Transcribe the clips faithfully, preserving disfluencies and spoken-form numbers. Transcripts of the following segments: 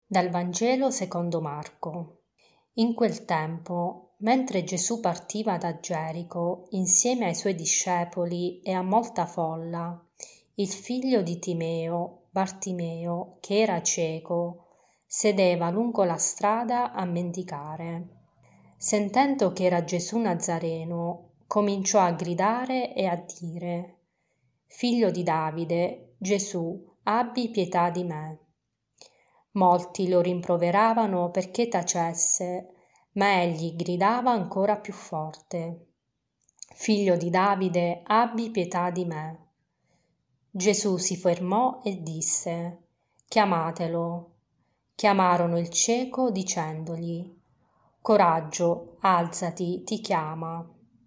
Dal Vangelo secondo Marco. In quel tempo, mentre Gesù partiva da Gerico insieme ai suoi discepoli e a molta folla, il figlio di Timeo, Bartimeo, che era cieco, sedeva lungo la strada a mendicare. Sentendo che era Gesù Nazareno, cominciò a gridare e a dire: «Figlio di Davide, Gesù, abbi pietà di me». Molti lo rimproveravano perché tacesse, ma egli gridava ancora più forte: «Figlio di Davide, abbi pietà di me». Gesù si fermò e disse: «Chiamatelo». Chiamarono il cieco dicendogli: «Coraggio, alzati, ti chiama».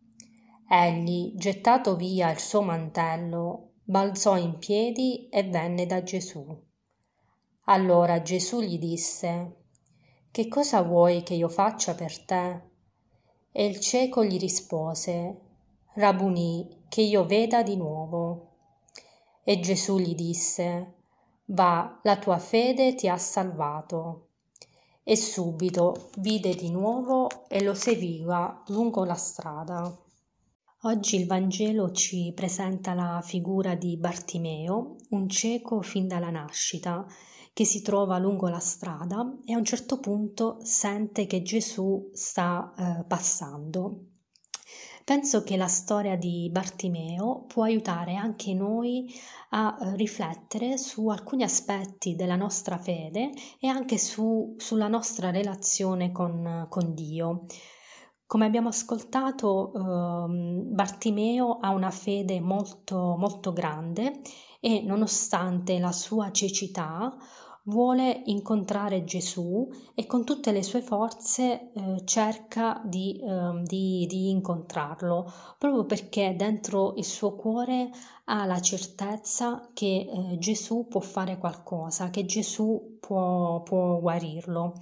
Egli, gettato via il suo mantello, balzò in piedi e venne da Gesù. Allora Gesù gli disse: «Che cosa vuoi che io faccia per te?» E il cieco gli rispose: «Rabunì, che io veda di nuovo». E Gesù gli disse: «Va, la tua fede ti ha salvato». E subito vide di nuovo e lo seguiva lungo la strada. Oggi il Vangelo ci presenta la figura di Bartimeo, un cieco fin dalla nascita, che si trova lungo la strada e a un certo punto sente che Gesù sta eh, passando. Penso che la storia di Bartimeo può aiutare anche noi a eh, riflettere su alcuni aspetti della nostra fede e anche su, sulla nostra relazione con, con Dio. Come abbiamo ascoltato, ehm, Bartimeo ha una fede molto, molto grande e nonostante la sua cecità vuole incontrare Gesù e con tutte le sue forze eh, cerca di, eh, di, di incontrarlo, proprio perché dentro il suo cuore ha la certezza che eh, Gesù può fare qualcosa, che Gesù può, può guarirlo.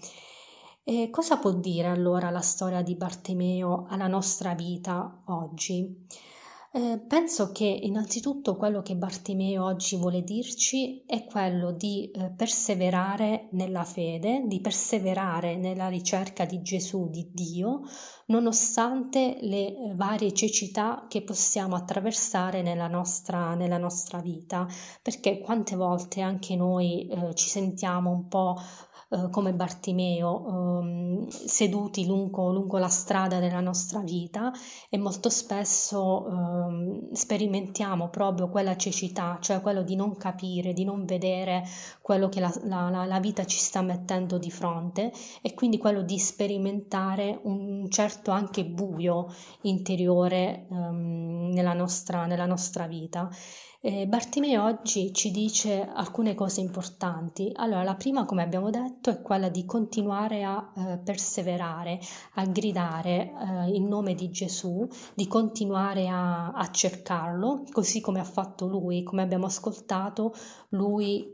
E cosa può dire allora la storia di Bartimeo alla nostra vita oggi? Eh, penso che innanzitutto quello che Bartimeo oggi vuole dirci è quello di eh, perseverare nella fede, di perseverare nella ricerca di Gesù, di Dio, nonostante le eh, varie cecità che possiamo attraversare nella nostra, nella nostra vita, perché quante volte anche noi eh, ci sentiamo un po' come Bartimeo, ehm, seduti lungo, lungo la strada della nostra vita e molto spesso ehm, sperimentiamo proprio quella cecità, cioè quello di non capire, di non vedere quello che la, la, la vita ci sta mettendo di fronte e quindi quello di sperimentare un certo anche buio interiore ehm, nella nostra, nella nostra vita. Eh, Bartimeo oggi ci dice alcune cose importanti. Allora, la prima, come abbiamo detto, è quella di continuare a eh, perseverare, a gridare eh, il nome di Gesù, di continuare a, a cercarlo, così come ha fatto lui, come abbiamo ascoltato, lui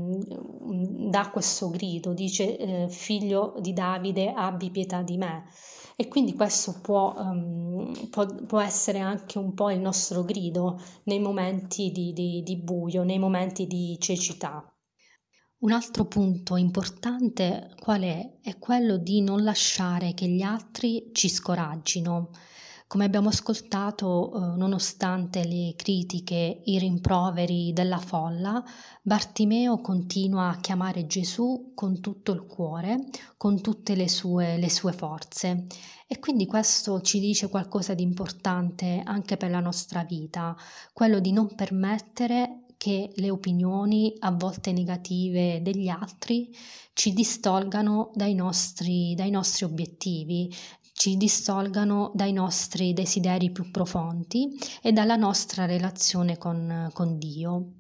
ehm, dà questo grido, dice eh, figlio di Davide, abbi pietà di me. E quindi questo può, um, può, può essere anche un po' il nostro grido nei momenti di, di, di buio, nei momenti di cecità. Un altro punto importante qual è? È quello di non lasciare che gli altri ci scoraggino. Come abbiamo ascoltato, eh, nonostante le critiche, i rimproveri della folla, Bartimeo continua a chiamare Gesù con tutto il cuore, con tutte le sue, le sue forze. E quindi questo ci dice qualcosa di importante anche per la nostra vita, quello di non permettere che le opinioni, a volte negative, degli altri ci distolgano dai nostri, dai nostri obiettivi, ci distolgano dai nostri desideri più profondi e dalla nostra relazione con, con Dio.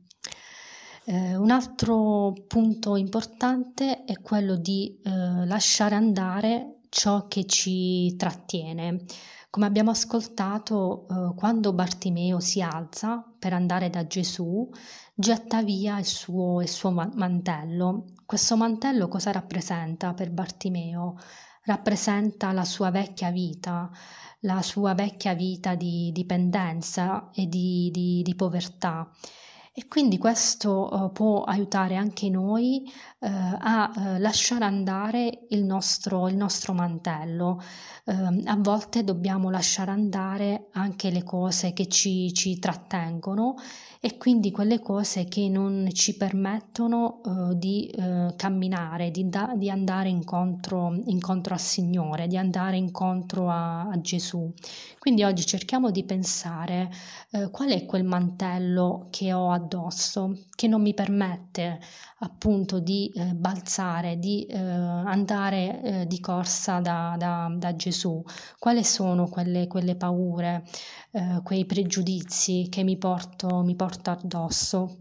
Eh, un altro punto importante è quello di eh, lasciare andare ciò che ci trattiene. Come abbiamo ascoltato, eh, quando Bartimeo si alza per andare da Gesù, getta via il suo, il suo mantello. Questo mantello cosa rappresenta per Bartimeo? Rappresenta la sua vecchia vita, la sua vecchia vita di dipendenza e di, di, di povertà. E quindi questo eh, può aiutare anche noi eh, a eh, lasciare andare il nostro, il nostro mantello. Eh, a volte dobbiamo lasciare andare anche le cose che ci, ci trattengono e quindi quelle cose che non ci permettono eh, di eh, camminare, di, da, di andare incontro, incontro al Signore, di andare incontro a, a Gesù. Quindi oggi cerchiamo di pensare eh, qual è quel mantello che ho addosso, che non mi permette appunto di eh, balzare, di eh, andare eh, di corsa da, da, da Gesù. Quali sono quelle, quelle paure, eh, quei pregiudizi che mi porto, mi porto addosso?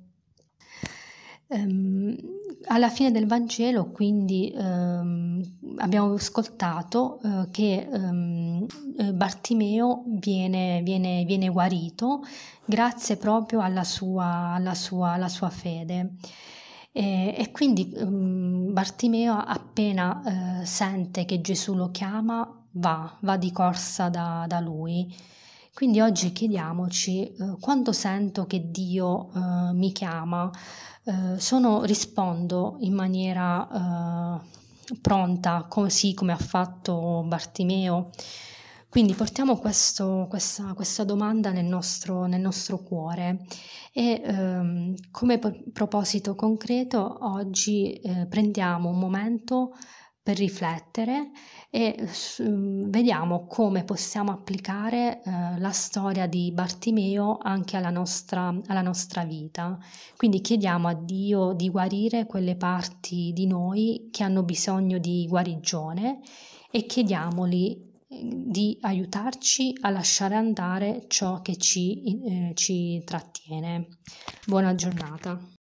Um, alla fine del Vangelo, quindi, um, abbiamo ascoltato uh, che um, Bartimeo viene, viene, viene guarito grazie proprio alla sua, alla sua, alla sua fede. E, e quindi um, Bartimeo appena uh, sente che Gesù lo chiama, va, va di corsa da, da lui. Quindi oggi chiediamoci, uh, quando sento che Dio uh, mi chiama, Uh, sono, rispondo in maniera uh, pronta, così come ha fatto Bartimeo. Quindi portiamo questo, questa, questa domanda nel nostro, nel nostro cuore e um, come p- proposito concreto oggi eh, prendiamo un momento per riflettere e uh, vediamo come possiamo applicare uh, la storia di Bartimeo anche alla nostra, alla nostra vita. Quindi chiediamo a Dio di guarire quelle parti di noi che hanno bisogno di guarigione e chiediamogli di aiutarci a lasciare andare ciò che ci, eh, ci trattiene. Buona giornata.